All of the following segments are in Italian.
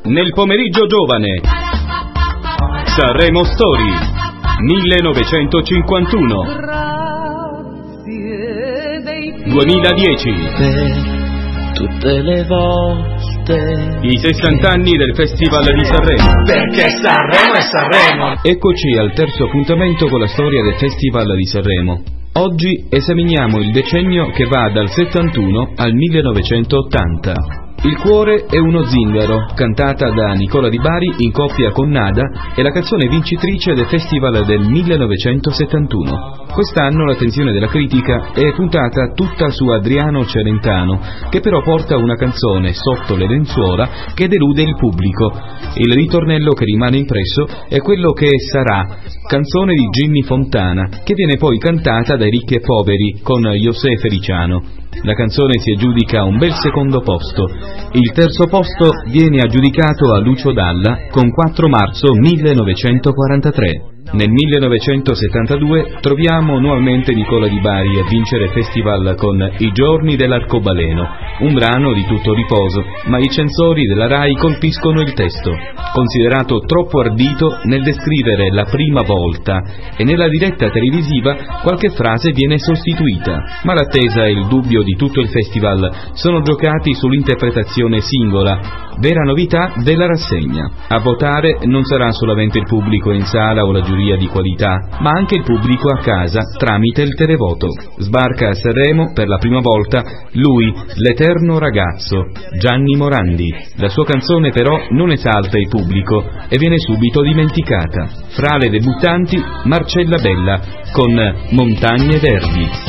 Nel pomeriggio giovane, Sanremo Story 1951 2010. Tutte le volte I 60 anni del Festival di Sanremo. Perché Sanremo è Sanremo. Eccoci al terzo appuntamento con la storia del Festival di Sanremo. Oggi esaminiamo il decennio che va dal 71 al 1980. Il cuore è uno zingaro, cantata da Nicola Di Bari in coppia con Nada, è la canzone vincitrice del Festival del 1971. Quest'anno l'attenzione della critica è puntata tutta su Adriano Celentano, che però porta una canzone, Sotto le lenzuola, che delude il pubblico. Il ritornello che rimane impresso è quello che sarà, canzone di Ginny Fontana, che viene poi cantata dai Ricchi e Poveri con José Feliciano. La canzone si aggiudica un bel secondo posto. Il terzo posto viene aggiudicato a Lucio Dalla con 4 marzo 1943. Nel 1972 troviamo nuovamente Nicola Di Bari a vincere il festival con I giorni dell'arcobaleno, un brano di tutto riposo, ma i censori della RAI colpiscono il testo, considerato troppo ardito nel descrivere la prima volta, e nella diretta televisiva qualche frase viene sostituita, ma l'attesa e il dubbio di tutto il festival sono giocati sull'interpretazione singola, vera novità della rassegna. A votare non sarà solamente il pubblico in sala o la giuria di qualità, ma anche il pubblico a casa tramite il televoto. Sbarca a Sanremo per la prima volta lui, l'eterno ragazzo, Gianni Morandi. La sua canzone però non esalta il pubblico e viene subito dimenticata. Fra le debuttanti, Marcella Bella con Montagne Verdi.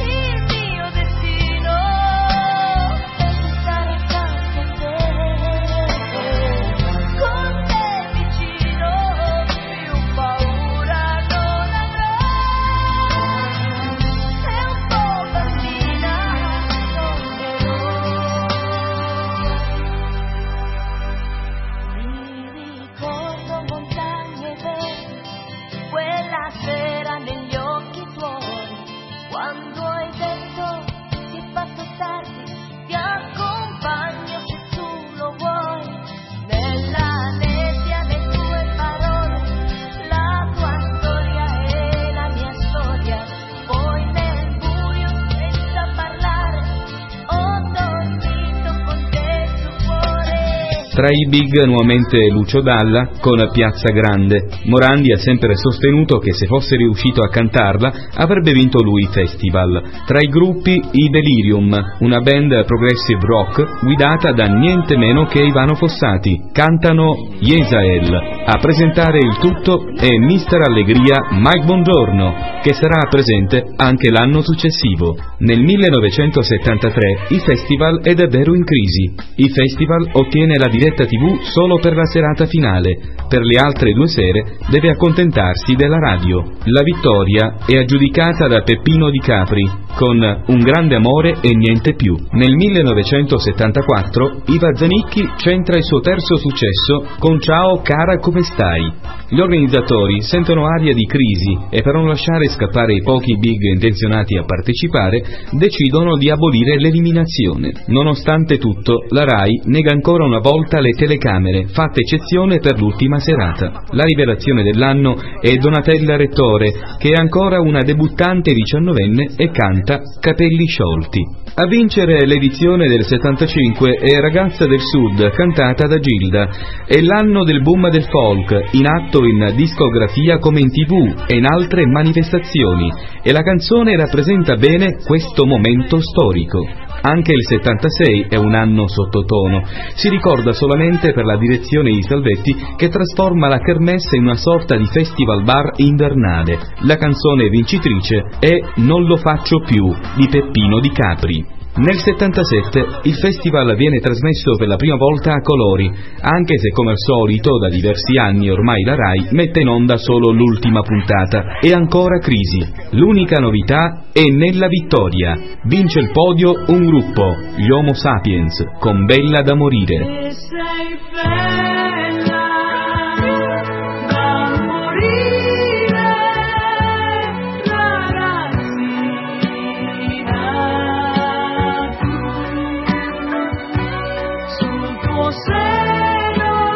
Tra i big nuovamente Lucio Dalla con Piazza Grande. Morandi ha sempre sostenuto che se fosse riuscito a cantarla avrebbe vinto lui il festival. Tra i gruppi i Delirium, una band progressive rock guidata da niente meno che Ivano Fossati. Cantano Yesael. A presentare il tutto è Mister Allegria Mike Bongiorno, che sarà presente anche l'anno successivo. Nel 1973 il festival è davvero in crisi. Il festival ottiene la diretta TV solo per la serata finale, per le altre 2 sere deve accontentarsi della radio. La vittoria è aggiudicata da Peppino Di Capri con Un grande amore e niente più. Nel 1974 Iva Zanicchi centra il suo terzo successo con Ciao cara come stai. Gli organizzatori sentono aria di crisi e per non lasciare scappare i pochi big intenzionati a partecipare decidono di abolire l'eliminazione. Nonostante tutto la RAI nega ancora una volta le telecamere, fatta eccezione per l'ultima serata. La rivelazione dell'anno è Donatella Rettore, che è ancora una debuttante 19enne e canta Capelli sciolti. A vincere l'edizione del 75 è Ragazza del Sud, cantata da Gilda. È l'anno del boom del folk, in atto in discografia come in TV e in altre manifestazioni, e la canzone rappresenta bene questo momento storico. Anche il 76 è un anno sottotono, si ricorda solamente per la direzione di Salvetti che trasforma la kermesse in una sorta di festival bar invernale. La canzone vincitrice è Non lo faccio più di Peppino Di Capri. Nel 77 il festival viene trasmesso per la prima volta a colori, anche se come al solito da diversi anni ormai la RAI mette in onda solo l'ultima puntata. E ancora crisi. L'unica novità è Nella vittoria. Vince il podio un gruppo, gli Homo Sapiens, con Bella da morire. Seno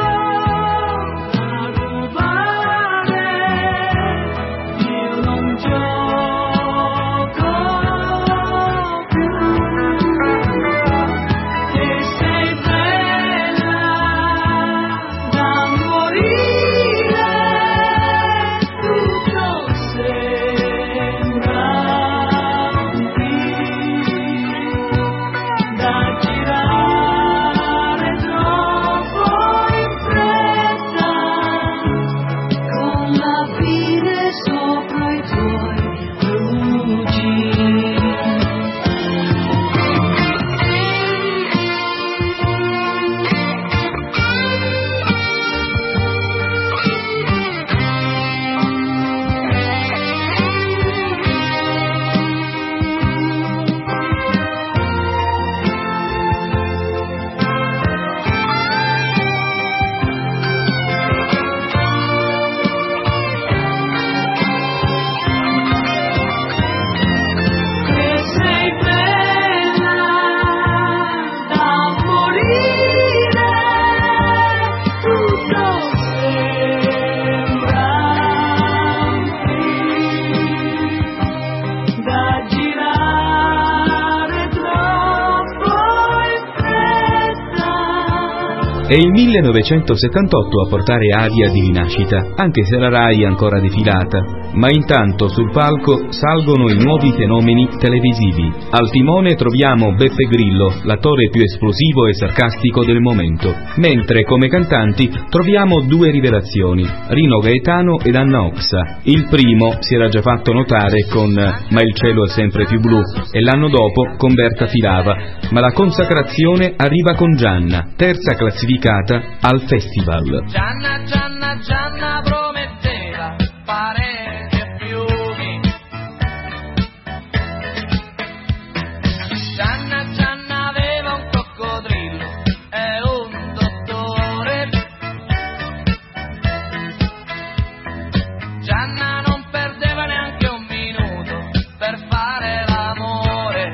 È il 1978 a portare aria di rinascita, anche se la Rai è ancora defilata. Ma intanto sul palco salgono i nuovi fenomeni televisivi. Al timone troviamo Beppe Grillo, l'attore più esplosivo e sarcastico del momento, mentre come cantanti troviamo due rivelazioni, Rino Gaetano ed Anna Oxa. Il primo si era già fatto notare con Ma il cielo è sempre più blu e l'anno dopo con Berta Filava, ma la consacrazione arriva con Gianna, terza classificata al festival. Gianna, Gianna, Gianna prometteva pareti e fiumi. Gianna, Gianna aveva un coccodrillo e un dottore. Gianna non perdeva neanche un minuto per fare l'amore.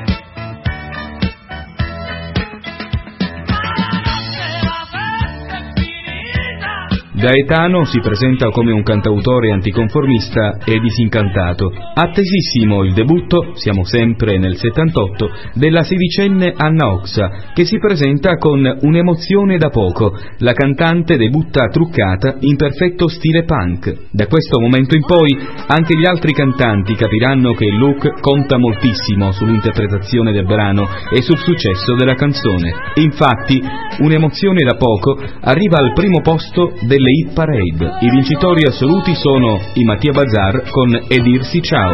Gaetano si presenta come un cantautore anticonformista e disincantato. Attesissimo il debutto, siamo sempre nel 78, della sedicenne Anna Oxa, che si presenta con Un'emozione da poco. La cantante debutta truccata in perfetto stile punk. Da questo momento in poi anche gli altri cantanti capiranno che il look conta moltissimo sull'interpretazione del brano e sul successo della canzone. Infatti, Un'emozione da poco arriva al primo posto delle hit parade. I vincitori assoluti sono i Mattia Bazar con E dirsi ciao.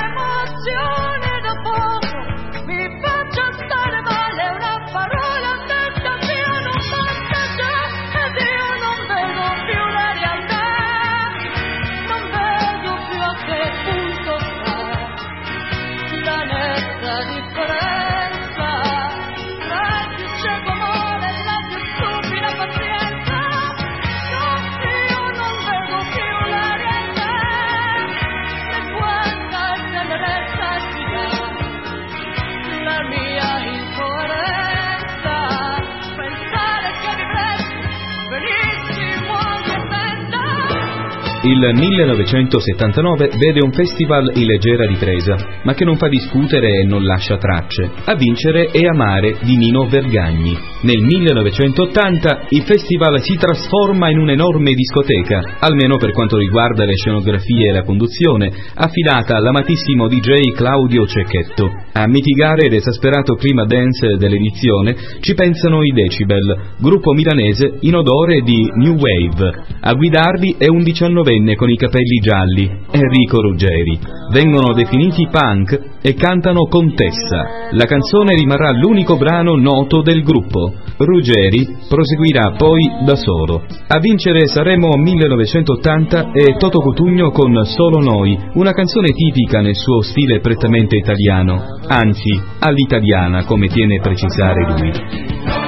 Il 1979 vede un festival in leggera ripresa, ma che non fa discutere e non lascia tracce. A vincere è Amare di Nino Vergagni. Nel 1980 il festival si trasforma in un'enorme discoteca, almeno per quanto riguarda le scenografie e la conduzione, affidata all'amatissimo DJ Claudio Cecchetto. A mitigare l'esasperato clima dance dell'edizione ci pensano i Decibel, gruppo milanese in odore di New Wave. A guidarli è un 19enne con i capelli gialli, Enrico Ruggeri. Vengono definiti punk e cantano Contessa. La canzone rimarrà l'unico brano noto del gruppo. Ruggeri proseguirà poi da solo. A vincere Sanremo 1980 è Toto Cutugno con Solo Noi, una canzone tipica nel suo stile prettamente italiano, anzi all'italiana, come tiene a precisare lui.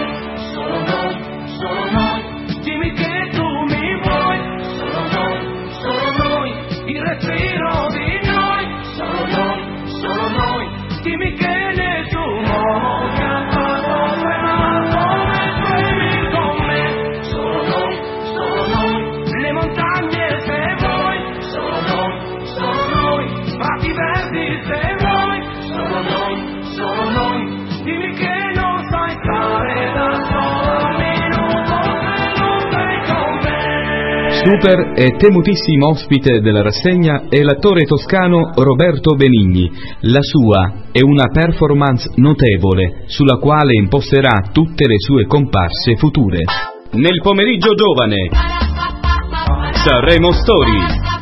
Super e temutissimo ospite della rassegna è l'attore toscano Roberto Benigni. La sua è una performance notevole sulla quale imposterà tutte le sue comparse future. Nel pomeriggio giovane, Sanremo Story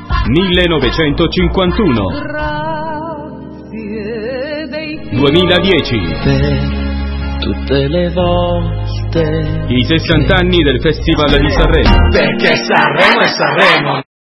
1951 2010. Tutte le volte I 60 anni del Festival di Sanremo. Perché Sanremo è Sanremo.